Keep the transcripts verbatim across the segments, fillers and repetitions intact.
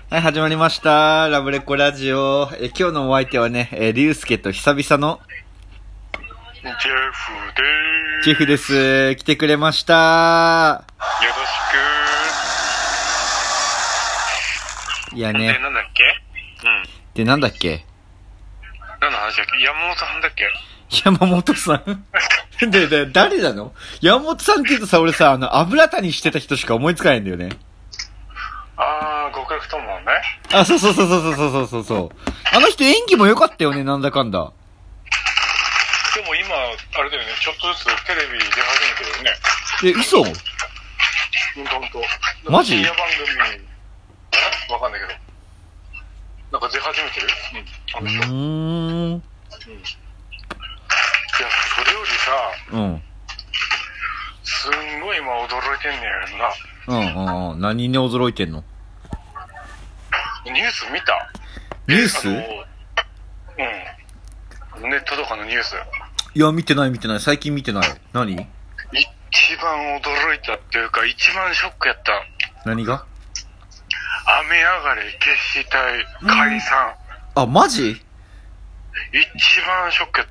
はい、始まりました。ラブレコラジオ。え今日のお相手はね、えリュウスケと久々のジェフでーす。 チェフです。来てくれました。 よろしく。 いやね。 で、なんだっけ？うん。 で、なんだっけ？ 何の話だっけ？山本さんだっけ？ 山本さんで、で、誰なの？山本さんって言うとさ、俺さ、あの、油谷してた人しか思いつかないんだよね。 あー、極楽ともね。 あ、そうそうそうそうそうそうそうそう。あの人演技も良かったよね、なんだかんだ。 でも今、あれだよね、ちょっとずつテレビ出始めてるよね。 え、嘘？ ほんとほんと。 マジ？ 深夜番組、わかんないけど。なんか出始めてる？うん。あの人。 うーん。 うん。いや、それよりさ、 うん。 すんごい今驚いてんねやな。 うんうんうん。何に驚いてんの？ ニュース見た？ ニュース？ うん。ネットとかのニュース。 いや、見てない見てない。最近見てない。何？ 一番驚いたっていうか、一番ショックやった。 何が？ 雨上がれ決死隊解散。 あ、マジ？ 一番ショックやった。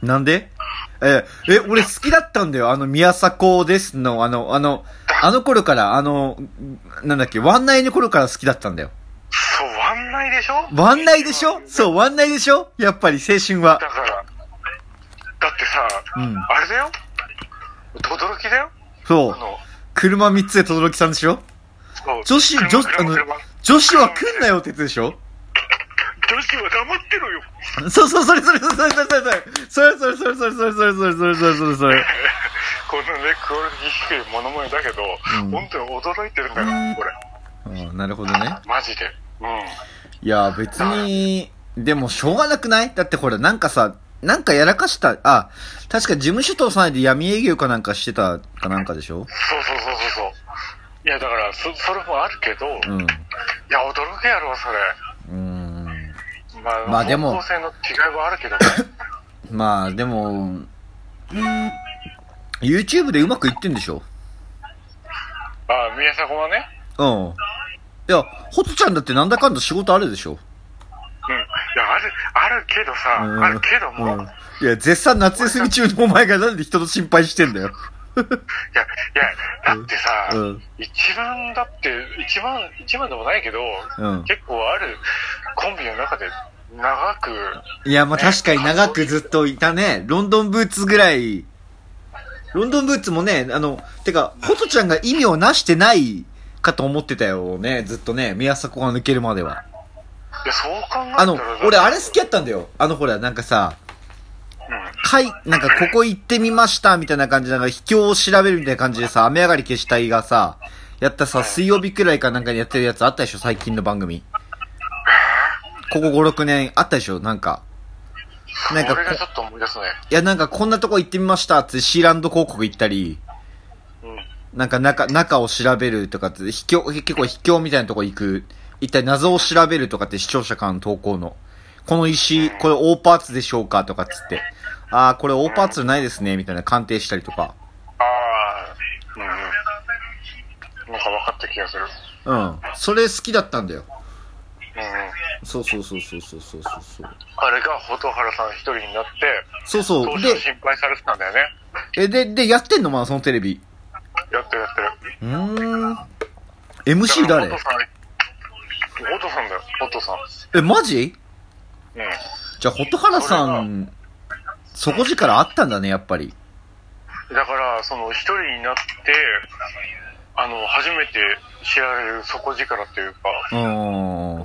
なんで？え、え、俺好きだったんだよ。あの、宮迫ですの、あの、あの、あの頃から、あの、なんだっけ、ワンナイの頃から好きだったんだよ。 そう、ワンナイでしょ？ ワンナイでしょ？そう、ワンナイでしょ？やっぱり青春は。 だから、だってさ、 うん、 あれだよ？轟きだよ？ そう。 あの車みっつで轟さんでしょ？女子、女子、あの、女子は来んなよってやつでしょ？ 女子は黙ってろよ。 そうそう、それそれそれそれそれそれそれそれそれそれそれそれそれそれそれそれそれこのね、クオリティ低いモノマネだけど、うん、本当に驚いてるんだよ、これ。 ああ、なるほどね。 マジで。うん。 いや、別に、でもしょうがなくない？だってほら、なんかさ、なんかやらかした、あ、確か事務所通さないで闇営業かなんかしてたかなんかでしょ？ そうそうそうそうそう。いや、だから、そ、それもあるけど、うん。いや、驚くやろ、それ。うーん。まあ、まあでも、方向性の違いはあるけどね。 まあでも、YouTube でうまくいってんでしょ？ ああ、宮迫はね。 うん。いや、ホトちゃんだってなんだかんだ仕事あるでしょ？うん。いや、ある、あるけどさ、うん、あるけども、うん。 いや、絶賛夏休み中のお前がなんで人の心配してんだよ。 いや、いや、だってさ、うん、一番だって、一番、一番でもないけど、うん、結構あるコンビの中で長く。 いや、まあ、ね、確かに長くずっといたね。ロンドンブーツぐらい。ロンドンブーツもね、あの、てか、ホトちゃんが意味をなしてないかと思ってたよね、ずっとね、宮迫が抜けるまでは。 いや、そう考えたら。 あの、俺あれ好きやったんだよ。あの、ほら、なんかさ、かい、なんかここ行ってみましたみたいな感じで、なんか秘境を調べるみたいな感じでさ、雨上がり消し隊がさ、やったさ、水曜日くらいかなんかにやってるやつあったでしょ、最近の番組。ここご、ろくねんあったでしょ、なんか。 なんか、ちょっと思い出すね。 いや、なんかこんなとこ行ってみましたってシーランド広告行ったり、うん、なんか中、中を調べるとかって、秘境、結構秘境みたいなとこ行く、一体謎を調べるとかって視聴者からの投稿の。この石、これ大パーツでしょうかとかっつって。ああ、これ大パーツないですね、みたいな鑑定したりとか。 ああ、うんうん。なんか分かった気がする。 うん。それ好きだったんだよ。 うんうん。 そうそうそうそうそうそうそう。 あれが蛍原さん一人になって、 そうそう。 当初心配されてたんだよね。 え、で、で、やってんのまだそのテレビ。 やってるやってる。 うーん。エムシー 誰？ ホトさん、ホトさんだよ、ホトさん。 え、マジ？ うん。 じゃあ、蛍原さん、底力あったんだね、やっぱり。 だから、その、一人になって、あの、初めて知られる底力っていうか、 うん、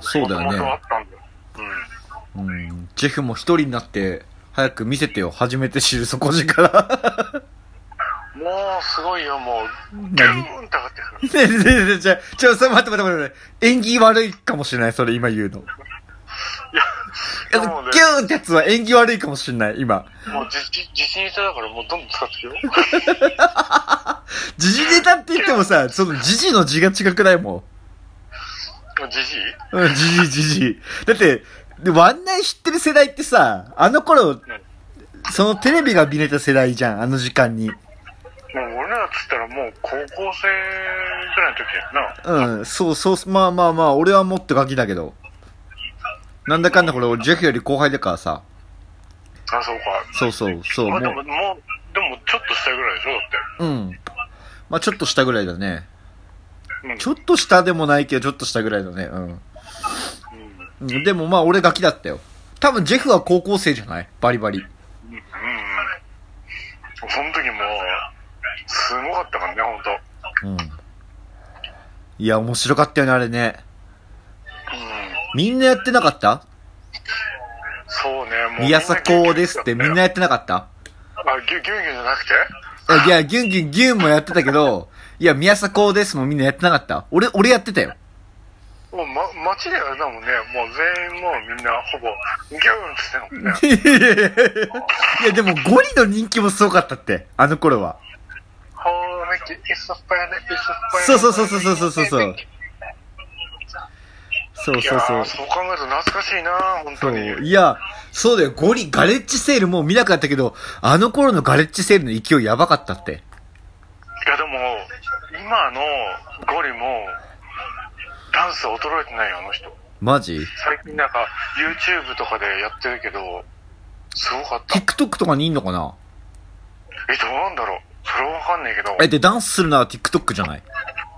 そうだよね。 元々あったんだよ。 うん。うん。ジェフも一人になって、早く見せてよ、初めて知る底力。 もう、すごいよ、もう、ギューンって上がってくる。ねえねえねえ、ちょ、ちょ、待って待って待って待って。演技悪いかもしれない、それ今言うの。いや、もうね、ギューンってやつは演技悪いかもしれない、今。 もう自、自信ネタだからもうどんどん使ってくよ。 時事ネタって言ってもさ、その時事の字が違くないもん。時事？ うん、時事時事。だって、ワンナイ知ってる世代ってさ、あの頃、うん、そのテレビが見れた世代じゃん、あの時間に。 もう俺らっつったらもう高校生ぐらいの時やな。 うん、そうそう、まあまあまあ、俺はもっとガキだけど。なんだかんだこれ、俺、ジェフより後輩だからさ。 あ、そうか。 そうそう、そう。 まあ、でも、もう、でも、ちょっと下ぐらいでしょ、だって。 うん。まあ、ちょっと下ぐらいだね。 うん、 ちょっと下でもないけど、ちょっと下ぐらいだね。うん。うん、でもまあ、俺ガキだったよ。多分、ジェフは高校生じゃない？バリバリ。うん。うん。 その時も、すごかったからね、ほんと。うん。 いや、面白かったよね、あれね。うん。みんなやってなかった？ そうね、もう。 宮迫ですってみんなやってなかった？ あ、ギュ、ギュンギュンじゃなくて？ いや、ギュンギュン、ギュンもやってたけど、いや、宮迫ですもみんなやってなかった？俺、俺やってたよ。 もう、ま、街であれだもんね、もう全員もうみんなほぼ、ギューンって言ってたもんね。 いや、でもゴリの人気もすごかったって、あの頃は。そうそうそうそうそうそうそう。そうそうそう。 そう考えると懐かしいな、本当に。 いや、そうだよ、ゴリ、ガレッジセールもう見なかったけど、あの頃のガレッジセールの勢いやばかったって。 いや、でも、今のゴリも、ダンス衰えてないよ、あの人。 マジ？ 最近なんか、YouTube とかでやってるけど、すごかった。 TikTok とかにいんのかな？ え、どうなんだろう。それはわかんないけど。 え、で、ダンスするのは TikTok じゃない？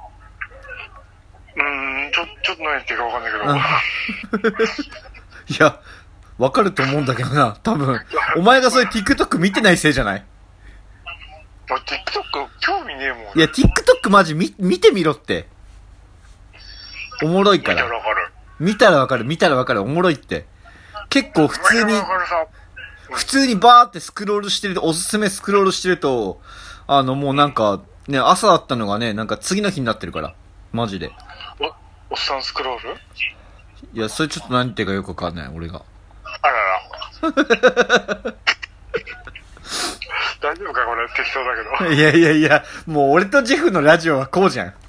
うーん、ちょ、ちょっと何言ってるかわかんないけど。 いや、わかると思うんだけどな、多分。お前がそれ TikTok 見てないせいじゃない？ あ、TikTok 興味ねえもん。 いや、TikTok マジ見、見てみろって。おもろいから。 見たらわかる。 見たらわかる、見たらわかる、おもろいって。結構普通に、普通にバーってスクロールしてると、おすすめスクロールしてると、あの、もうなんか、ね、朝だったのがね、なんか次の日になってるから。マジで。 お、おっさんスクロール？ いや、それちょっと何言ってるかよくわかんない、俺が。 あらら。大丈夫かこれ適当だけど。 いやいやいや、もう俺とジェフのラジオはこうじゃん。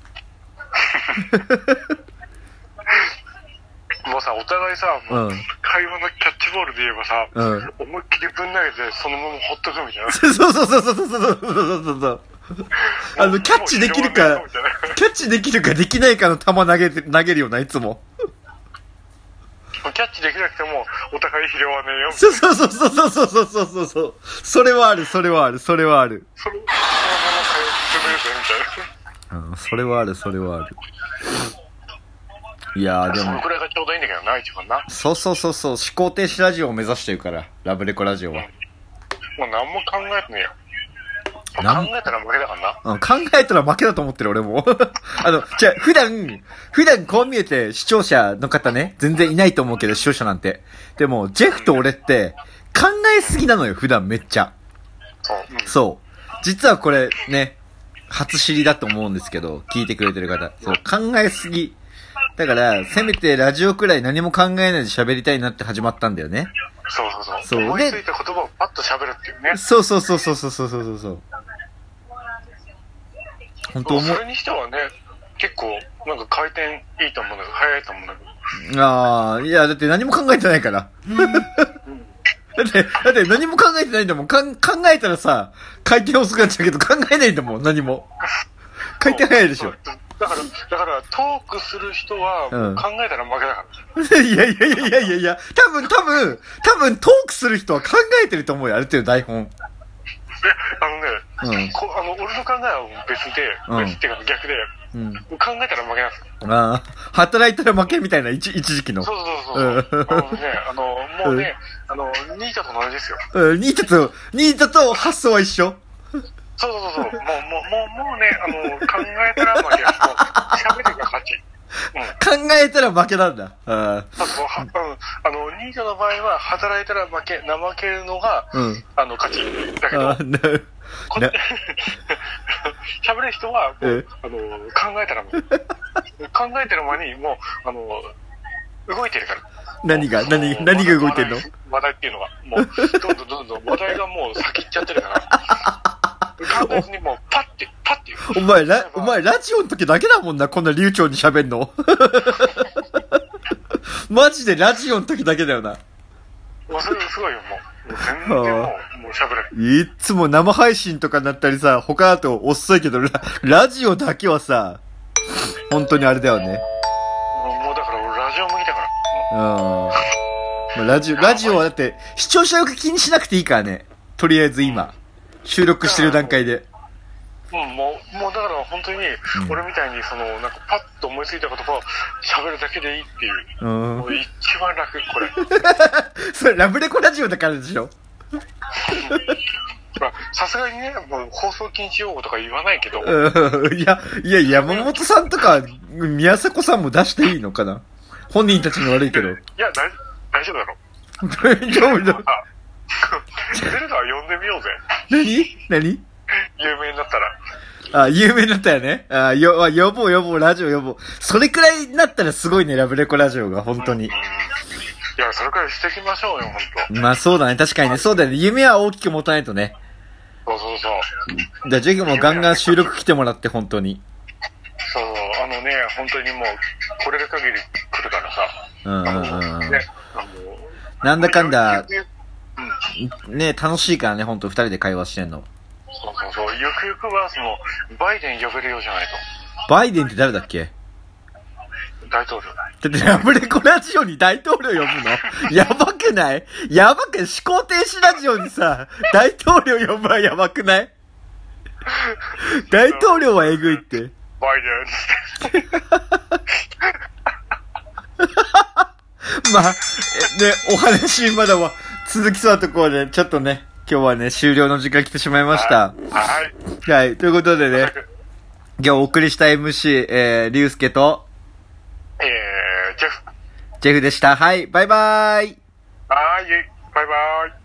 もうさ、お互いさ、もう、うん、会話のキャッチボールで言えばさ、うん、思いっきりぶん投げてそのままほっとくみたいな。 そうそうそうそうそうそうそうそう。あの、キャッチできるか、キャッチできるかできないかの球投げて、投げるような、いつも。 キャッチできなくても、お互い拾わねえよ。 そうそうそうそうそうそうそうそうそう。それはある、それはある、それはある。 それ、そのまま進めるぜ、みたいな。 うん、それはある、それはある。いやーでも。 そのくらいがちょうどいいんだけどな、一番な。 そうそうそうそう、思考停止ラジオを目指してるから、ラブレコラジオは。 うん、もう何も考えてねえよ。考えたら負けだからな。 うん、考えたら負けだと思ってる俺も。あの、じゃあ、普段、普段こう見えて視聴者の方ね、全然いないと思うけど、視聴者なんて。でも、ジェフと俺って、考えすぎなのよ、普段めっちゃ。 そう。うん、 そう。実はこれね、初知りだと思うんですけど、聞いてくれてる方。そう、考えすぎ。だから、せめてラジオくらい何も考えないで喋りたいなって始まったんだよね。 そうそうそう。そう思いついた言葉をパッと喋るっていうね。 そうそうそうそうそうそうそうそう。本当思う。 それにしてはね、結構、なんか回転いいと思うんだけど、早いと思うんだけど。 ああ、いや、だって何も考えてないから。うん、だって、だって何も考えてないんだもん。かん考えたらさ、回転遅くなっちゃうけど考えないんだもん、何も。回転早いでしょ。 だから、だからトークする人は、考えたら負けだから。 うん、いやいやいやいやいやいや、多分多分、多分トークする人は考えてると思うよ、ある程度台本。 え、あのね、うん、こあの俺の考えは別で、うん、別っていうか逆で、うん、考えたら負けなんですよ。 ああ、働いたら負けみたいな一一時期の。 そうそうそうそう。あのね、あの、もうね、うん、あの、ニートと同じですよ。 うん、ニートと、ニートと発想は一緒。 そうそうそう。もう、もう、もう、もうね、あの、考えたら負け。もう、喋るが勝ち。 うん、考えたら負けなんだ。ああの、は、あの、ニートの場合は、働いたら負け、怠けるのが、うん、あの、勝ち。だけど、あこれ、喋る人は、もう、あの、考えたら負け。考えてる間に、もう、あの、動いてるから。 何が、何、何が動いてんの？ 話題っていうのが。もう、どんどんどんどん話題がもう先行っちゃってるから。考えずにもう、パッて、パッて。 お前、ラ、お前、ラジオの時だけだもんな、こんな流暢に喋んの。マジでラジオの時だけだよな。 それすごいよ、もう。 全然もう、もう喋れる。 いっつも生配信とかになったりさ、他だと遅いけど、ラ、ラジオだけはさ、本当にあれだよね。 もう、もうだから俺ラジオ向きだから。 うん。ラジオ、ラジオはだって、視聴者よく気にしなくていいからね。とりあえず今、収録してる段階で。 うん、もう、もうだから本当に、俺みたいにその、なんかパッと思いついた言葉を喋るだけでいいっていう。うん。もう一番楽、これ。 それラブレコラジオだからでしょ。 さすがにね、もう放送禁止用語とか言わないけど。 うん、いや、いや、山本さんとか、宮迫さんも出していいのかな。本人たちに悪いけど。いや、大、大丈夫だろ。 大丈夫だ。 ゼルダは呼んでみようぜ。 何何有名になったら。 あ、有名になったよね。あ、よ、呼ぼう呼ぼう、ラジオ呼ぼう。それくらいになったらすごいね、ラブレコラジオが、本当に。うん、いや、それくらいしていきましょうよ、本当。 まあそうだね、確かにね、そうだよね。夢は大きく持たないとね。 そうそうそう。 じゃあ、ぜひもうガンガン収録来てもらって、本当に。 そう、あのね、本当にもう、来れる限り来るからさ。うんうんうん。ね、あの、 なんだかんだ、うん、ね、楽しいからね、本当二人で会話してんの。 そうそうそう。ゆくゆくは、その、バイデン呼べるようじゃないと。 バイデンって誰だっけ？ 大統領だ。 だってラブレコラジオに大統領呼ぶのやばくない？やばくない？思考停止ラジオにさ、大統領呼ぶはやばくない？大統領はえぐいって。 バイデンまあ、ね、お話まだは続きそうなところで、ちょっとね、今日はね、終了の時間来てしまいました。 はい。 はい。ということでね、今日お送りした エムシー、えー、リュウスケと、 えー、ジェフ。 ジェフでした。はい。バイバーイ。 はい。バイバーイ。